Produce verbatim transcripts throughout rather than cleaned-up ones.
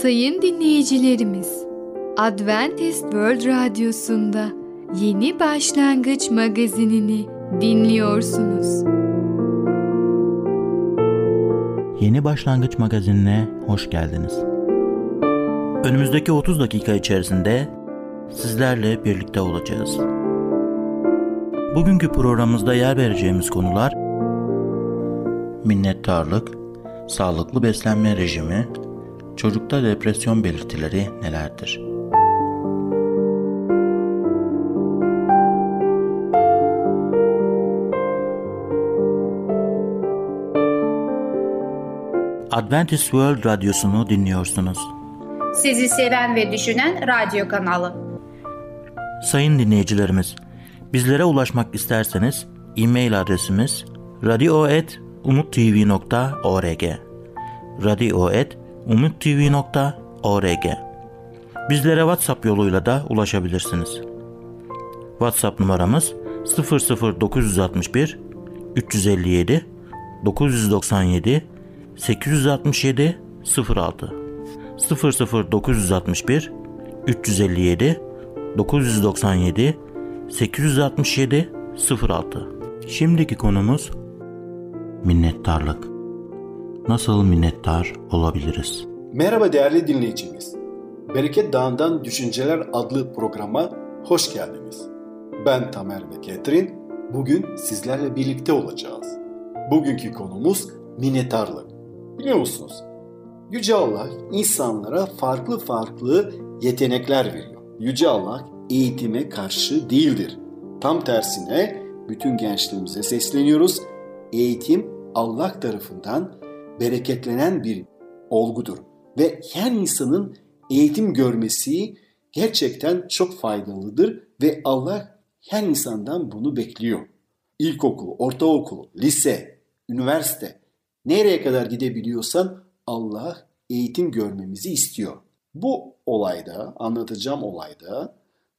Sayın dinleyicilerimiz, Adventist World Radyosu'nda Yeni Başlangıç Magazinini dinliyorsunuz. Yeni Başlangıç Magazinine hoş geldiniz. Önümüzdeki otuz dakika içerisinde sizlerle birlikte olacağız. Bugünkü programımızda yer vereceğimiz konular minnettarlık, sağlıklı beslenme rejimi, çocukta depresyon belirtileri nelerdir? Adventist World Radyosu'nu dinliyorsunuz. Sizi seven ve düşünen radyo kanalı. Sayın dinleyicilerimiz, bizlere ulaşmak isterseniz e-mail adresimiz radio et umuttv nokta org radio et umuttv nokta org. Bizlere WhatsApp yoluyla da ulaşabilirsiniz. WhatsApp numaramız sıfır sıfır dokuz altı bir üç elli yedi dokuz doksan yedi sekiz altı yedi sıfır altı sıfır sıfır dokuz altı bir üç elli yedi dokuz doksan yedi sekiz altı yedi sıfır altı. Şimdiki konumuz minnettarlık. Nasıl minnettar olabiliriz? Merhaba değerli dinleyicimiz. Bereket Dağı'ndan Düşünceler adlı programa hoş geldiniz. Ben Tamer ve Ketrin. Bugün sizlerle birlikte olacağız. Bugünkü konumuz minnettarlık. Biliyor musunuz? Yüce Allah insanlara farklı farklı yetenekler veriyor. Yüce Allah eğitime karşı değildir. Tam tersine bütün gençlerimize sesleniyoruz. Eğitim Allah tarafından bereketlenen bir olgudur. Ve her insanın eğitim görmesi gerçekten çok faydalıdır ve Allah her insandan bunu bekliyor. İlkokul, ortaokul, lise, üniversite, nereye kadar gidebiliyorsan Allah eğitim görmemizi istiyor. Bu olayda, anlatacağım olayda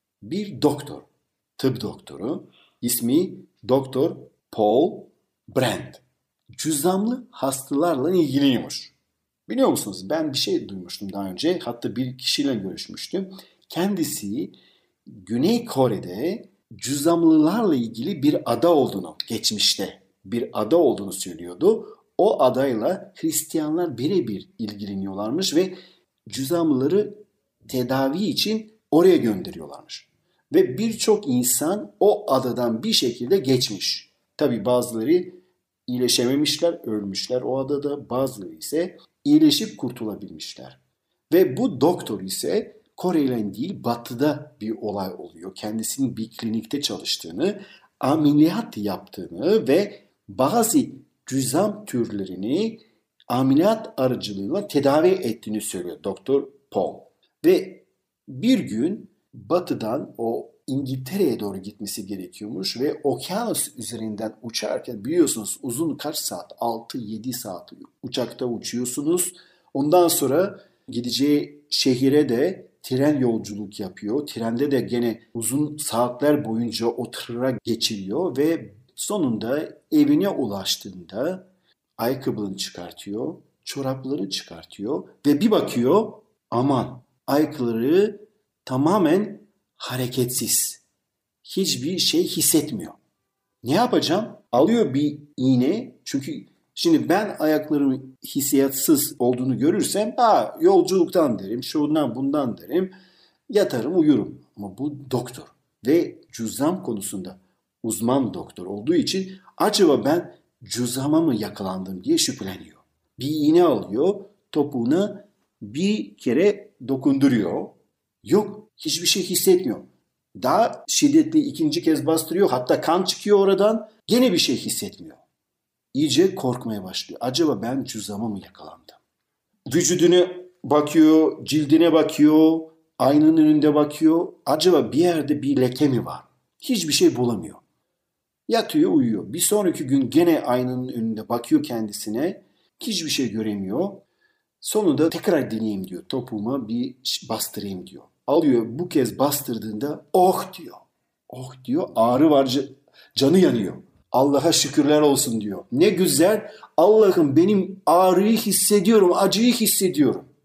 bir doktor, tıp doktoru, ismi Doktor Paul Brand, cüzzamlı hastalarla ilgileniyormuş. Biliyor musunuz, ben bir şey duymuştum daha önce, hatta bir kişiyle görüşmüştüm. Kendisi Güney Kore'de cüzzamlılarla ilgili bir ada olduğunu, geçmişte bir ada olduğunu söylüyordu. O adayla Hristiyanlar birebir ilgileniyorlarmış ve cüzzamlıları tedavi için oraya gönderiyorlarmış. Ve birçok insan o adadan bir şekilde geçmiş. Tabii bazıları iyileşememişler, ölmüşler o adada, bazıları ise iyileşip kurtulabilmişler. Ve bu doktor ise Kore'yle değil batıda bir olay oluyor. Kendisinin bir klinikte çalıştığını, ameliyat yaptığını ve bazı cüzzam türlerini ameliyat aracılığıyla tedavi ettiğini söylüyor Doktor Paul. Ve bir gün batıdan o İngiltere'ye doğru gitmesi gerekiyormuş ve okyanus üzerinden uçarken biliyorsunuz uzun kaç saat, altı yedi saat uçakta uçuyorsunuz. Ondan sonra gideceği şehire de tren yolculuk yapıyor. Trende de gene uzun saatler boyunca o tıra geçiriyor ve sonunda evine ulaştığında ayakkabılarını çıkartıyor, çoraplarını çıkartıyor ve bir bakıyor, aman ayakları tamamen hareketsiz. Hiçbir şey hissetmiyor. Ne yapacağım? Alıyor bir iğne, çünkü şimdi ben ayaklarımın hissiyatsız olduğunu görürsem ha yolculuktan derim, şundan bundan derim, yatarım uyurum. Ama bu doktor ve cüzzam konusunda uzman doktor olduğu için acaba ben cüzzama mı yakalandım diye şüpheleniyor. Bir iğne alıyor, topuğuna bir kere dokunduruyor. Yok, hiçbir şey hissetmiyor. Daha şiddetli ikinci kez bastırıyor, hatta kan çıkıyor oradan, gene bir şey hissetmiyor. İyice korkmaya başlıyor. Acaba ben cüzzama mı yakalandım? Vücuduna bakıyor, cildine bakıyor, aynanın önünde bakıyor. Acaba bir yerde bir leke mi var? Hiçbir şey bulamıyor. Yatıyor, uyuyor. Bir sonraki gün gene aynanın önünde bakıyor kendisine. Hiçbir şey göremiyor. Sonunda tekrar deneyeyim diyor. Topuğuma bir bastırayım diyor. Alıyor, bu kez bastırdığında oh diyor. Oh diyor, ağrı var, canı yanıyor. Allah'a şükürler olsun diyor. Ne güzel, Allah'ım benim ağrıyı hissediyorum, acıyı hissediyorum.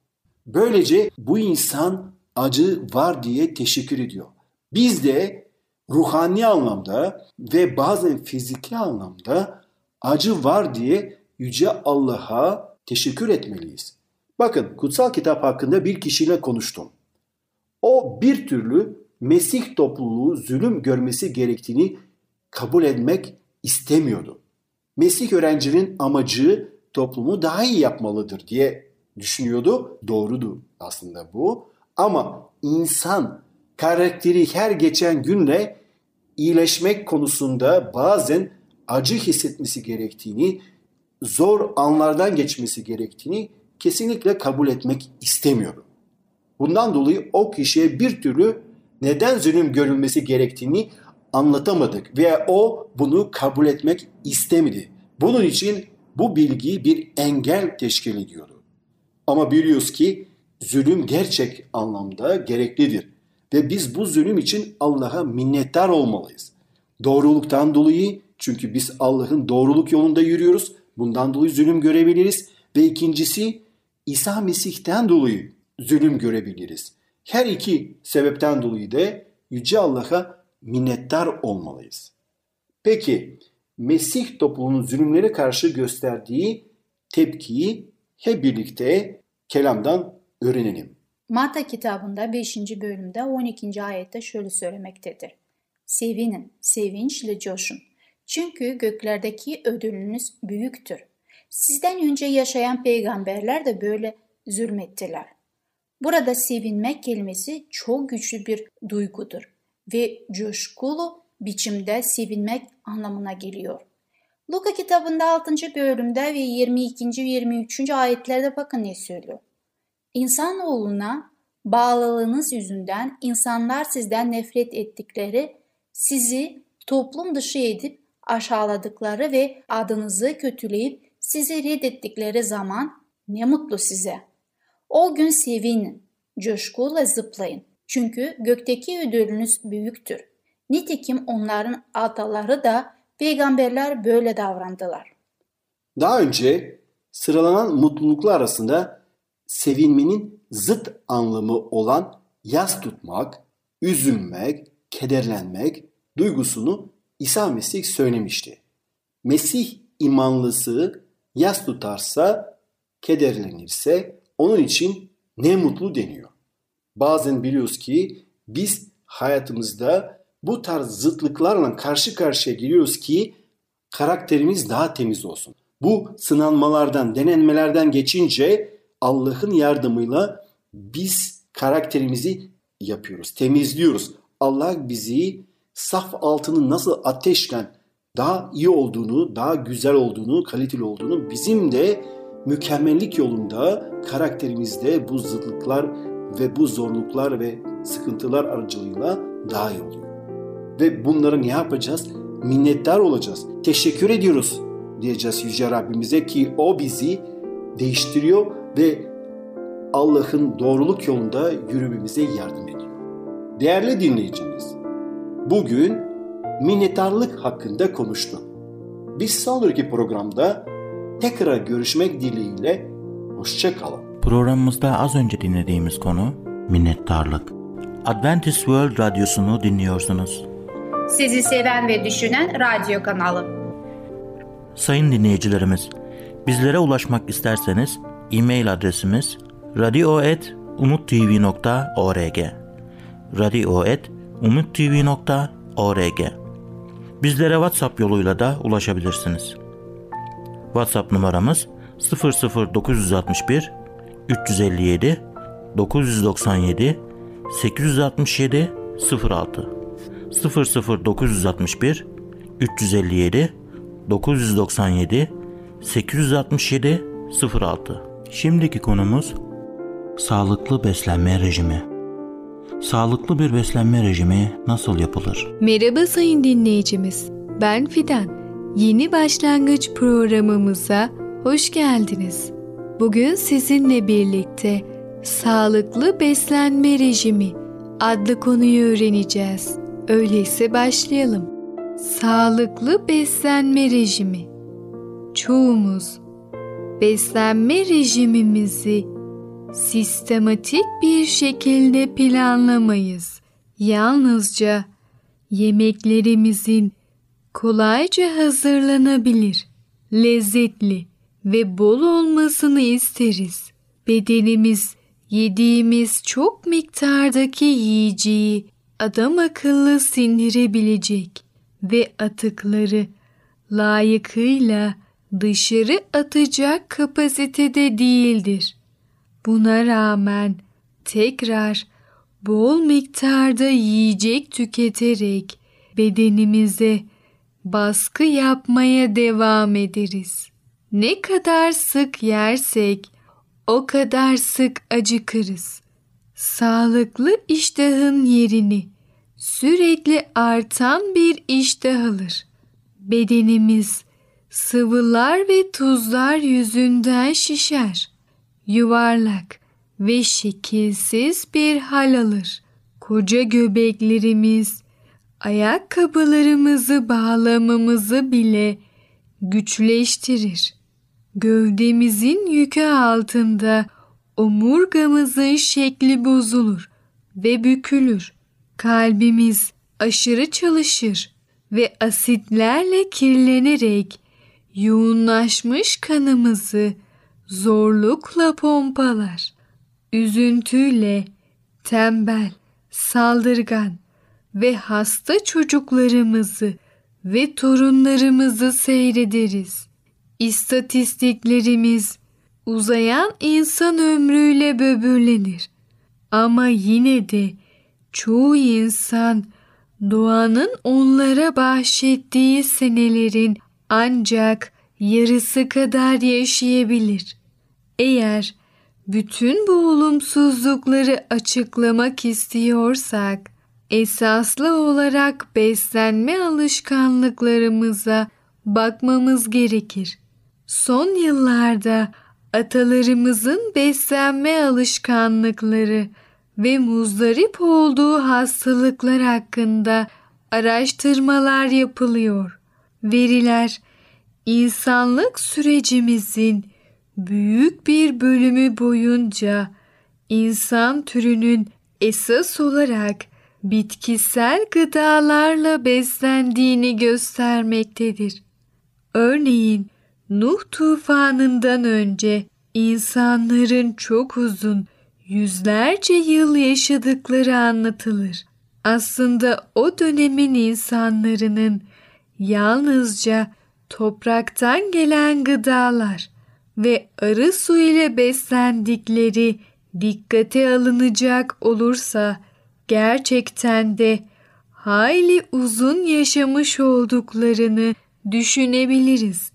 Böylece bu insan acı var diye teşekkür ediyor. Biz de ruhani anlamda ve bazen fiziki anlamda acı var diye Yüce Allah'a teşekkür etmeliyiz. Bakın, kutsal kitap hakkında bir kişiyle konuştum. O bir türlü Mesih topluluğu zulüm görmesi gerektiğini kabul etmek istemiyordu. Mesih öğrencinin amacı toplumu daha iyi yapmalıdır diye düşünüyordu. Doğrudu aslında bu. Ama insan karakteri her geçen günle iyileşmek konusunda bazen acı hissetmesi gerektiğini, zor anlardan geçmesi gerektiğini kesinlikle kabul etmek istemiyordu. Bundan dolayı o kişiye bir türlü neden zulüm görülmesi gerektiğini anlatamadık ve o bunu kabul etmek istemedi. Bunun için bu bilgi bir engel teşkil ediyordu. Ama biliyoruz ki zulüm gerçek anlamda gereklidir ve biz bu zulüm için Allah'a minnettar olmalıyız. Doğruluktan dolayı, çünkü biz Allah'ın doğruluk yolunda yürüyoruz. Bundan dolayı zulüm görebiliriz ve ikincisi İsa Mesih'ten dolayı zulüm görebiliriz. Her iki sebepten dolayı da Yüce Allah'a minnettar olmalıyız. Peki Mesih topluluğunun zulümlere karşı gösterdiği tepkiyi hep birlikte kelamdan öğrenelim. Matta kitabında beşinci bölümde on ikinci ayette şöyle söylemektedir. Sevinin, sevinçle coşun. Çünkü göklerdeki ödülünüz büyüktür. Sizden önce yaşayan peygamberler de böyle zulmettiler. Burada sevinmek kelimesi çok güçlü bir duygudur ve coşkulu biçimde sevinmek anlamına geliyor. Luka kitabında altıncı bölümde ve yirmi ikinci ve yirmi üçüncü ayetlerde bakın ne söylüyor. İnsanoğluna bağlılığınız yüzünden insanlar sizden nefret ettikleri, sizi toplum dışı edip aşağıladıkları ve adınızı kötüleyip sizi reddettikleri zaman ne mutlu size. O gün sevinin, coşkuyla zıplayın. Çünkü gökteki ödülünüz büyüktür. Nitekim onların ataları da peygamberler böyle davrandılar. Daha önce sıralanan mutluluklar arasında sevinmenin zıt anlamı olan yas tutmak, üzülmek, kederlenmek duygusunu İsa Mesih söylemişti. Mesih imanlısı yas tutarsa, kederlenirse onun için ne mutlu deniyor. Bazen biliyoruz ki biz hayatımızda bu tarz zıtlıklarla karşı karşıya geliyoruz ki karakterimiz daha temiz olsun. Bu sınanmalardan, denenmelerden geçince Allah'ın yardımıyla biz karakterimizi yapıyoruz, temizliyoruz. Allah bizi saf altının nasıl ateşken daha iyi olduğunu, daha güzel olduğunu, kaliteli olduğunu, bizim de mükemmellik yolunda karakterimizde bu zıtlıklar ve bu zorluklar ve sıkıntılar aracılığıyla daha iyi oluyor. Ve bunları ne yapacağız? Minnettar olacağız. Teşekkür ediyoruz diyeceğiz Yüce Rabbimize ki O bizi değiştiriyor ve Allah'ın doğruluk yolunda yürümemize yardım ediyor. Değerli dinleyicimiz, bugün minnettarlık hakkında konuştuk. Bir sonraki programda tekrar görüşmek dileğiyle hoşça kalın. Programımızda az önce dinlediğimiz konu minnettarlık. Adventist World Radyosu'nu dinliyorsunuz. Sizi seven ve düşünen radyo kanalı. Sayın dinleyicilerimiz, bizlere ulaşmak isterseniz e-mail adresimiz radio et umuttv nokta org radio et umuttv nokta org. Bizlere WhatsApp yoluyla da ulaşabilirsiniz. WhatsApp numaramız sıfır sıfır dokuz altı bir üç elli yedi dokuz doksan yedi sekiz altı yedi sıfır altı sıfır sıfır dokuz altı bir üç elli yedi dokuz doksan yedi sekiz altı yedi sıfır altı. Şimdiki konumuz sağlıklı beslenme rejimi. Sağlıklı bir beslenme rejimi nasıl yapılır? Merhaba sayın dinleyicimiz. Ben Fidan. Yeni başlangıç programımıza hoş geldiniz. Bugün sizinle birlikte sağlıklı beslenme rejimi adlı konuyu öğreneceğiz. Öyleyse başlayalım. Sağlıklı beslenme rejimi. Çoğumuz beslenme rejimimizi sistematik bir şekilde planlamayız. Yalnızca yemeklerimizin kolayca hazırlanabilir, lezzetli ve bol olmasını isteriz. Bedenimiz yediğimiz çok miktardaki yiyeceği adam akıllı sindirebilecek ve atıkları layıkıyla dışarı atacak kapasitede değildir. Buna rağmen tekrar bol miktarda yiyecek tüketerek bedenimize baskı yapmaya devam ederiz. Ne kadar sık yersek o kadar sık acıkırız. Sağlıklı iştahın yerini sürekli artan bir iştah alır. Bedenimiz sıvılar ve tuzlar yüzünden şişer. Yuvarlak ve şekilsiz bir hal alır. Koca göbeklerimiz ayakkabılarımızı bağlamamızı bile güçleştirir. Gövdemizin yükü altında omurgamızın şekli bozulur ve bükülür. Kalbimiz aşırı çalışır ve asitlerle kirlenerek yoğunlaşmış kanımızı zorlukla pompalar. Üzüntüyle tembel, saldırgan ve hasta çocuklarımızı ve torunlarımızı seyrederiz. İstatistiklerimiz uzayan insan ömrüyle böbürlenir. Ama yine de çoğu insan doğanın onlara bahşettiği senelerin ancak yarısı kadar yaşayabilir. Eğer bütün bu olumsuzlukları açıklamak istiyorsak, esaslı olarak beslenme alışkanlıklarımıza bakmamız gerekir. Son yıllarda atalarımızın beslenme alışkanlıkları ve muzdarip olduğu hastalıklar hakkında araştırmalar yapılıyor. Veriler, insanlık sürecimizin büyük bir bölümü boyunca insan türünün esas olarak bitkisel gıdalarla beslendiğini göstermektedir. Örneğin Nuh tufanından önce insanların çok uzun, yüzlerce yıl yaşadıkları anlatılır. Aslında o dönemin insanlarının yalnızca topraktan gelen gıdalar ve arı su ile beslendikleri dikkate alınacak olursa gerçekten de hayli uzun yaşamış olduklarını düşünebiliriz.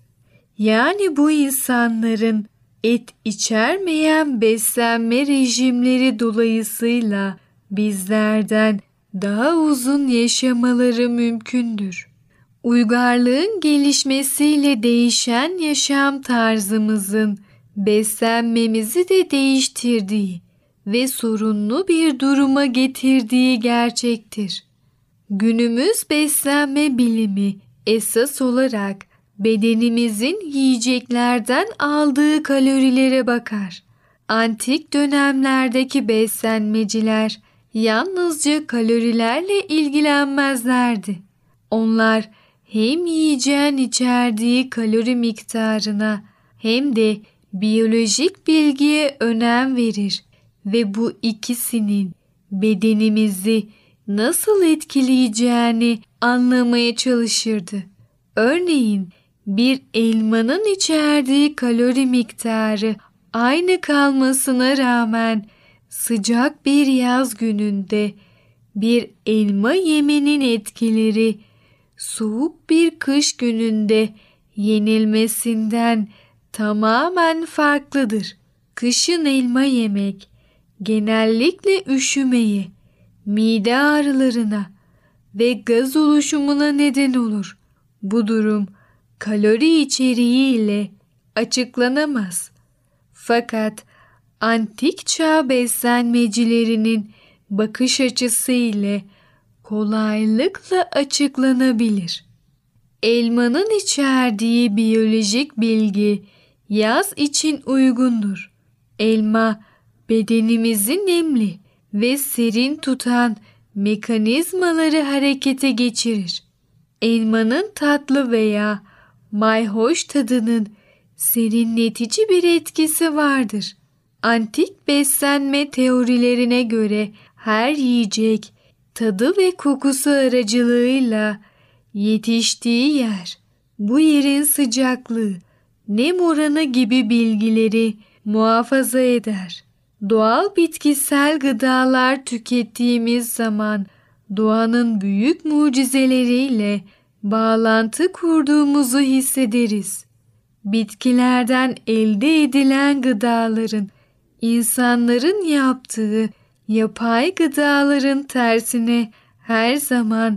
Yani bu insanların et içermeyen beslenme rejimleri dolayısıyla bizlerden daha uzun yaşamaları mümkündür. Uygarlığın gelişmesiyle değişen yaşam tarzımızın beslenmemizi de değiştirdiği ve sorunlu bir duruma getirdiği gerçektir. Günümüz beslenme bilimi esas olarak bedenimizin yiyeceklerden aldığı kalorilere bakar. Antik dönemlerdeki beslenmeciler yalnızca kalorilerle ilgilenmezlerdi. Onlar hem yiyeceğin içerdiği kalori miktarına hem de biyolojik bilgiye önem verir ve bu ikisinin bedenimizi nasıl etkileyeceğini anlamaya çalışırdı. Örneğin bir elmanın içerdiği kalori miktarı aynı kalmasına rağmen sıcak bir yaz gününde bir elma yemenin etkileri soğuk bir kış gününde yenilmesinden tamamen farklıdır. Kışın elma yemek genellikle üşümeye, mide ağrılarına ve gaz oluşumuna neden olur. Bu durum kalori içeriği ile açıklanamaz. Fakat antik çağ beslenmecilerinin bakış açısı ile kolaylıkla açıklanabilir. Elmanın içerdiği biyolojik bilgi yaz için uygundur. Elma bedenimizi nemli ve serin tutan mekanizmaları harekete geçirir. Elmanın tatlı veya mayhoş tadının serinletici bir etkisi vardır. Antik beslenme teorilerine göre her yiyecek tadı ve kokusu aracılığıyla yetiştiği yer, bu yerin sıcaklığı, nem oranı gibi bilgileri muhafaza eder. Doğal bitkisel gıdalar tükettiğimiz zaman doğanın büyük mucizeleriyle bağlantı kurduğumuzu hissederiz. Bitkilerden elde edilen gıdaların insanların yaptığı yapay gıdaların tersine her zaman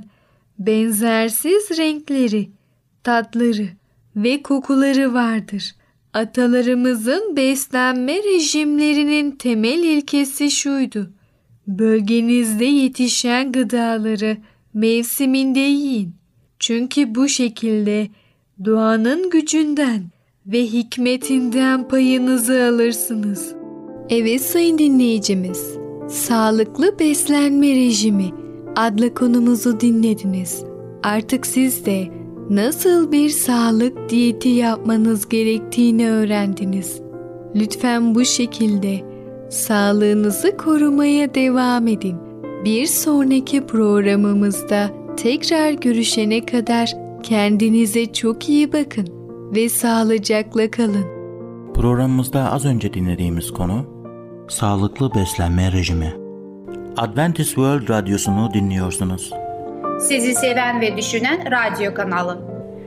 benzersiz renkleri, tatları ve kokuları vardır. Atalarımızın beslenme rejimlerinin temel ilkesi şuydu: bölgenizde yetişen gıdaları mevsiminde yiyin. Çünkü bu şekilde doğanın gücünden ve hikmetinden payınızı alırsınız. Evet sayın dinleyicimiz, Sağlıklı Beslenme Rejimi adlı konumuzu dinlediniz. Artık siz de nasıl bir sağlık diyeti yapmanız gerektiğini öğrendiniz. Lütfen bu şekilde sağlığınızı korumaya devam edin. Bir sonraki programımızda tekrar görüşene kadar kendinize çok iyi bakın ve sağlıcakla kalın. Programımızda az önce dinlediğimiz konu Sağlıklı Beslenme Rejimi. Adventist World Radyosu'nu dinliyorsunuz. Sizi seven ve düşünen radyo kanalı.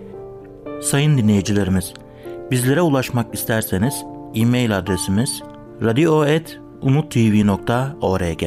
Sayın dinleyicilerimiz, bizlere ulaşmak isterseniz e-mail adresimiz radio et umuttv nokta org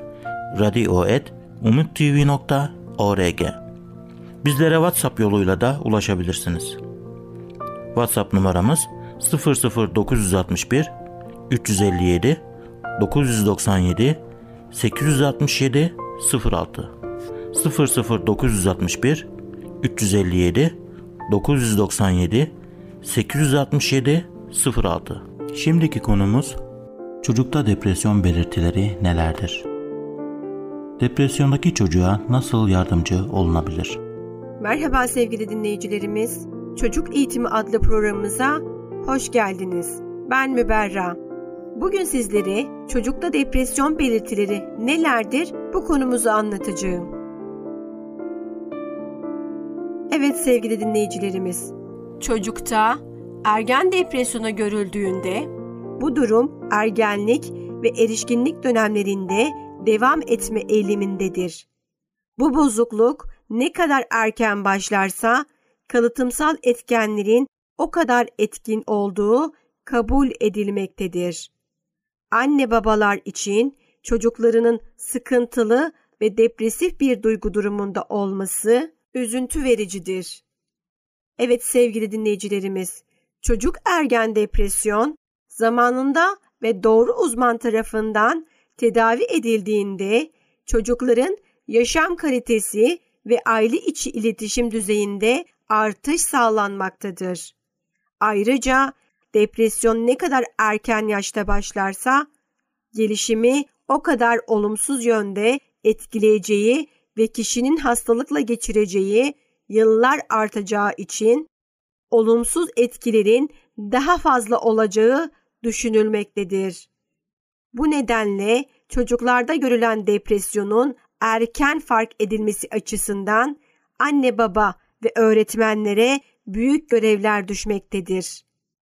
radio et umuttv nokta org. Bizlere WhatsApp yoluyla da ulaşabilirsiniz. WhatsApp numaramız sıfır sıfır dokuz altı bir üç yüz elli yedi dokuz doksan yedi sekiz yüz altmış yedi sıfır altı sıfır sıfır dokuz altı bir üç yüz elli yedi dokuz doksan yedi sekiz yüz altmış yedi sıfır altı. Şimdiki konumuz çocukta depresyon belirtileri nelerdir? Depresyondaki çocuğa nasıl yardımcı olunabilir? Merhaba sevgili dinleyicilerimiz. Çocuk Eğitimi adlı programımıza hoş geldiniz. Ben Müberra. Bugün sizlere çocukta depresyon belirtileri nelerdir bu konumuzu anlatacağım. Evet sevgili dinleyicilerimiz, çocukta ergen depresyonu görüldüğünde bu durum ergenlik ve erişkinlik dönemlerinde devam etme eğilimindedir. Bu bozukluk ne kadar erken başlarsa kalıtımsal etkenlerin o kadar etkin olduğu kabul edilmektedir. Anne babalar için çocuklarının sıkıntılı ve depresif bir duygu durumunda olması üzüntü vericidir. Evet sevgili dinleyicilerimiz, çocuk ergen depresyon zamanında ve doğru uzman tarafından tedavi edildiğinde çocukların yaşam kalitesi ve aile içi iletişim düzeyinde artış sağlanmaktadır. Ayrıca depresyon ne kadar erken yaşta başlarsa gelişimi o kadar olumsuz yönde etkileyeceği ve kişinin hastalıkla geçireceği yıllar artacağı için olumsuz etkilerin daha fazla olacağı düşünülmektedir. Bu nedenle çocuklarda görülen depresyonun erken fark edilmesi açısından anne baba ve öğretmenlere büyük görevler düşmektedir.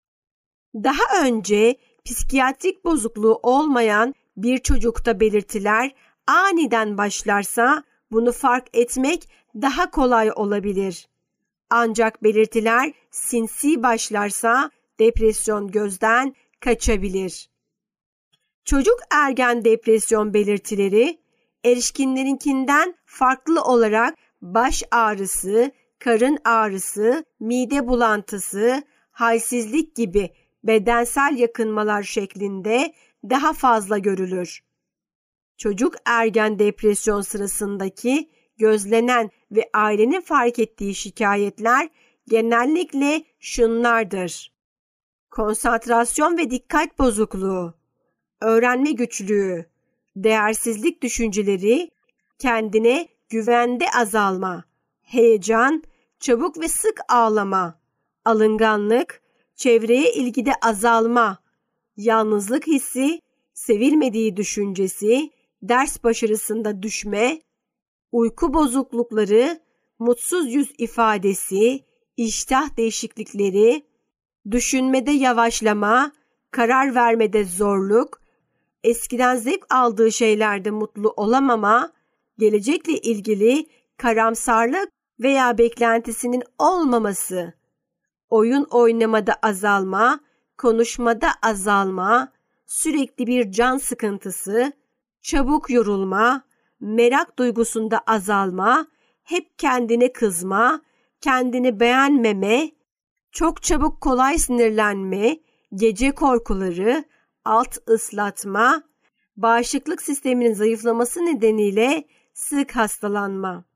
Daha önce psikiyatrik bozukluğu olmayan bir çocukta belirtiler aniden başlarsa bunu fark etmek daha kolay olabilir. Ancak belirtiler sinsi başlarsa depresyon gözden kaçabilir. Çocuk ergen depresyon belirtileri erişkinlerinkinden farklı olarak baş ağrısı, karın ağrısı, mide bulantısı, halsizlik gibi bedensel yakınmalar şeklinde daha fazla görülür. Çocuk ergen depresyon sırasındaki gözlenen ve ailenin fark ettiği şikayetler genellikle şunlardır: konsantrasyon ve dikkat bozukluğu, öğrenme güçlüğü, değersizlik düşünceleri, kendine güvende azalma, heyecan, çabuk ve sık ağlama, alınganlık, çevreye ilgide azalma, yalnızlık hissi, sevilmediği düşüncesi, ders başarısında düşme, uyku bozuklukları, mutsuz yüz ifadesi, iştah değişiklikleri, düşünmede yavaşlama, karar vermede zorluk, eskiden zevk aldığı şeylerde mutlu olamama, gelecekle ilgili karamsarlık veya beklentisinin olmaması, oyun oynamada azalma, konuşmada azalma, sürekli bir can sıkıntısı, çabuk yorulma, merak duygusunda azalma, hep kendine kızma, kendini beğenmeme, çok çabuk kolay sinirlenme, gece korkuları, alt ıslatma, bağışıklık sisteminin zayıflaması nedeniyle sık hastalanma.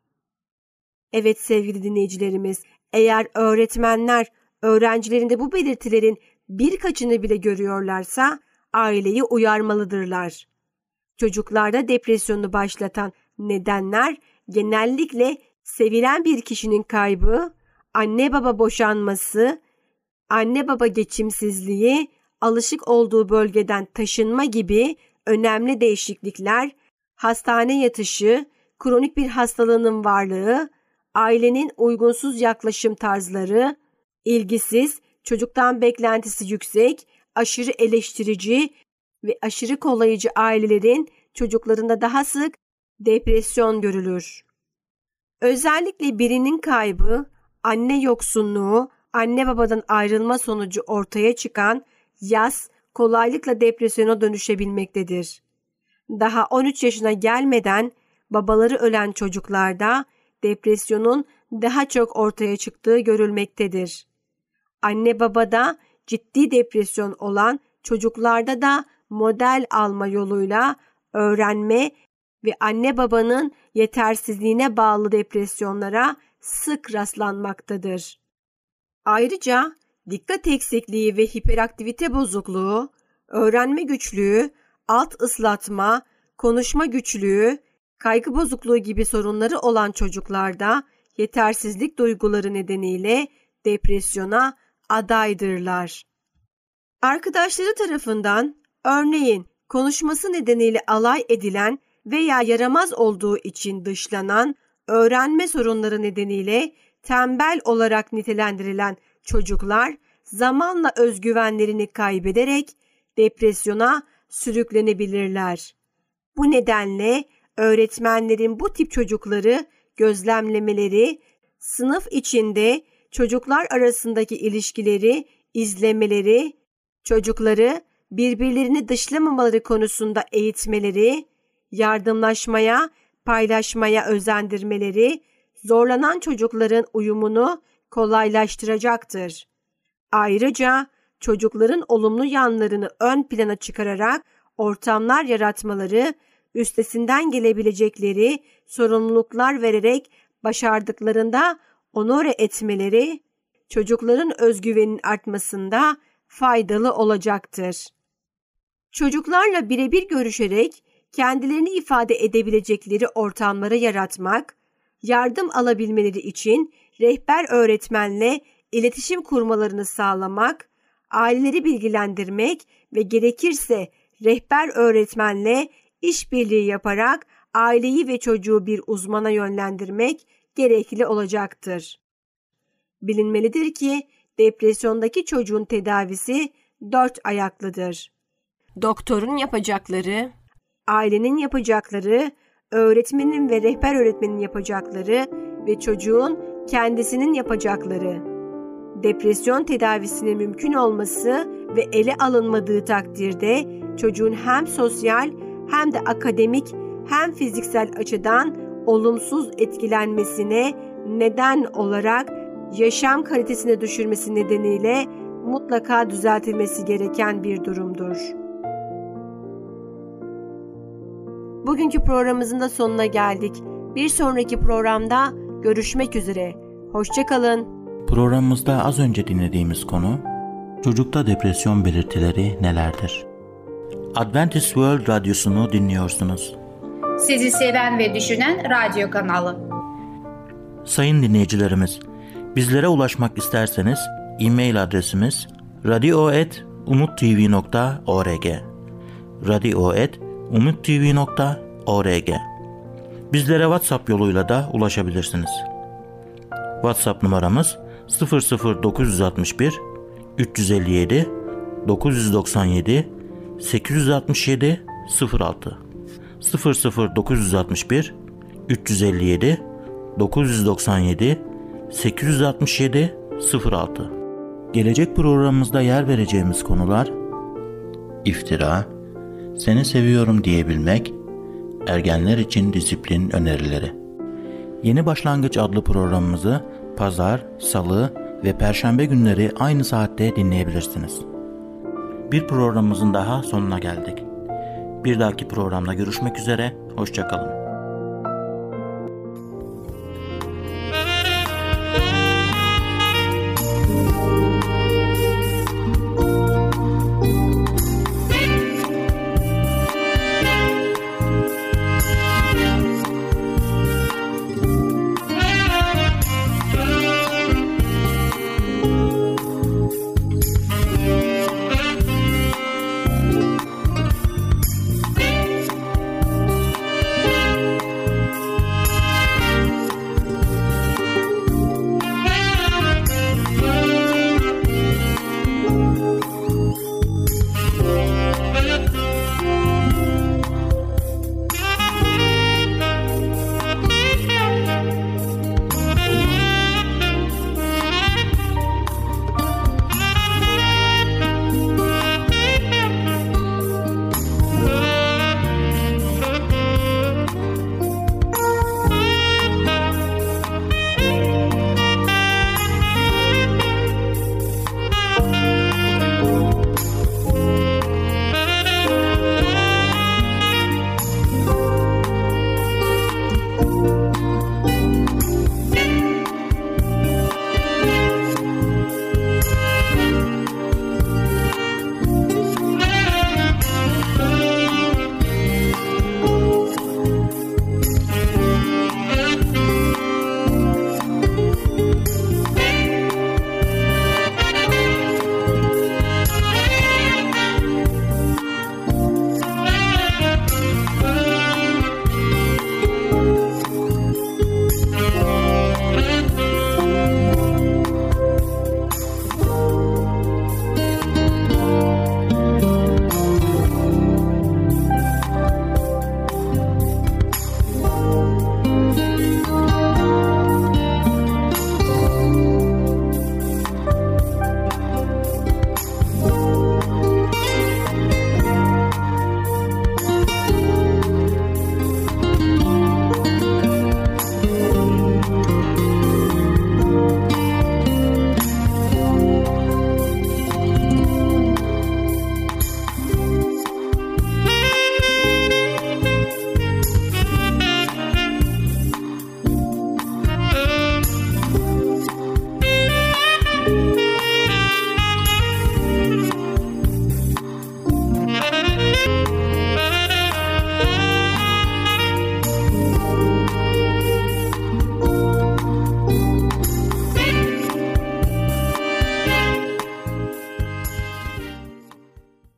Evet sevgili dinleyicilerimiz, eğer öğretmenler öğrencilerinde bu belirtilerin birkaçını bile görüyorlarsa aileyi uyarmalıdırlar. Çocuklarda depresyonu başlatan nedenler genellikle sevilen bir kişinin kaybı, anne baba boşanması, anne baba geçimsizliği, alışık olduğu bölgeden taşınma gibi önemli değişiklikler, hastane yatışı, kronik bir hastalığının varlığı, ailenin uygunsuz yaklaşım tarzları, ilgisiz, çocuktan beklentisi yüksek, aşırı eleştirici ve aşırı kolaycı ailelerin çocuklarında daha sık depresyon görülür. Özellikle birinin kaybı, anne yoksunluğu, anne babadan ayrılma sonucu ortaya çıkan yas kolaylıkla depresyona dönüşebilmektedir. Daha on üç yaşına gelmeden babaları ölen çocuklarda depresyonun daha çok ortaya çıktığı görülmektedir. Anne babada ciddi depresyon olan çocuklarda da model alma yoluyla öğrenme ve anne babanın yetersizliğine bağlı depresyonlara sık rastlanmaktadır. Ayrıca dikkat eksikliği ve hiperaktivite bozukluğu, öğrenme güçlüğü, alt ıslatma, konuşma güçlüğü, kaygı bozukluğu gibi sorunları olan çocuklarda yetersizlik duyguları nedeniyle depresyona adaydırlar. Arkadaşları tarafından örneğin konuşması nedeniyle alay edilen veya yaramaz olduğu için dışlanan, öğrenme sorunları nedeniyle tembel olarak nitelendirilen çocuklar zamanla özgüvenlerini kaybederek depresyona sürüklenebilirler. Bu nedenle öğretmenlerin bu tip çocukları gözlemlemeleri, sınıf içinde çocuklar arasındaki ilişkileri izlemeleri, çocukları birbirlerini dışlamamaları konusunda eğitmeleri, yardımlaşmaya, paylaşmaya özendirmeleri, zorlanan çocukların uyumunu kolaylaştıracaktır. Ayrıca çocukların olumlu yanlarını ön plana çıkararak ortamlar yaratmaları, üstesinden gelebilecekleri sorumluluklar vererek başardıklarında onore etmeleri, çocukların özgüveninin artmasında faydalı olacaktır. Çocuklarla birebir görüşerek kendilerini ifade edebilecekleri ortamları yaratmak, yardım alabilmeleri için rehber öğretmenle iletişim kurmalarını sağlamak, aileleri bilgilendirmek ve gerekirse rehber öğretmenle işbirliği yaparak aileyi ve çocuğu bir uzmana yönlendirmek gerekli olacaktır. Bilinmelidir ki depresyondaki çocuğun tedavisi dört ayaklıdır. Doktorun yapacakları, ailenin yapacakları, öğretmenin ve rehber öğretmenin yapacakları ve çocuğun kendisinin yapacakları. Depresyon tedavisinin mümkün olması ve ele alınmadığı takdirde çocuğun hem sosyal hem de akademik hem fiziksel açıdan olumsuz etkilenmesine neden olarak yaşam kalitesini düşürmesi nedeniyle mutlaka düzeltilmesi gereken bir durumdur. Bugünkü programımızın da sonuna geldik. Bir sonraki programda görüşmek üzere. Hoşça kalın. Programımızda az önce dinlediğimiz konu, çocukta depresyon belirtileri nelerdir? Adventist World Radyosu'nu dinliyorsunuz. Sizi seven ve düşünen radyo kanalı. Sayın dinleyicilerimiz, bizlere ulaşmak isterseniz e-mail adresimiz radio et umuttv nokta org radio et umuttv nokta org. Bizlere WhatsApp yoluyla da ulaşabilirsiniz. WhatsApp numaramız sıfır sıfır dokuz altı bir üç elli yedi dokuz doksan yedi sekiz altı yedi sıfır altı sıfır sıfır dokuz altı bir üç elli yedi dokuz doksan yedi sekiz altı yedi sıfır altı. Gelecek programımızda yer vereceğimiz konular: iftira, seni seviyorum diyebilmek, ergenler için disiplin önerileri. Yeni Başlangıç adlı programımızı pazar, salı ve perşembe günleri aynı saatte dinleyebilirsiniz. Bir programımızın daha sonuna geldik. Bir dahaki programda görüşmek üzere, hoşça kalın.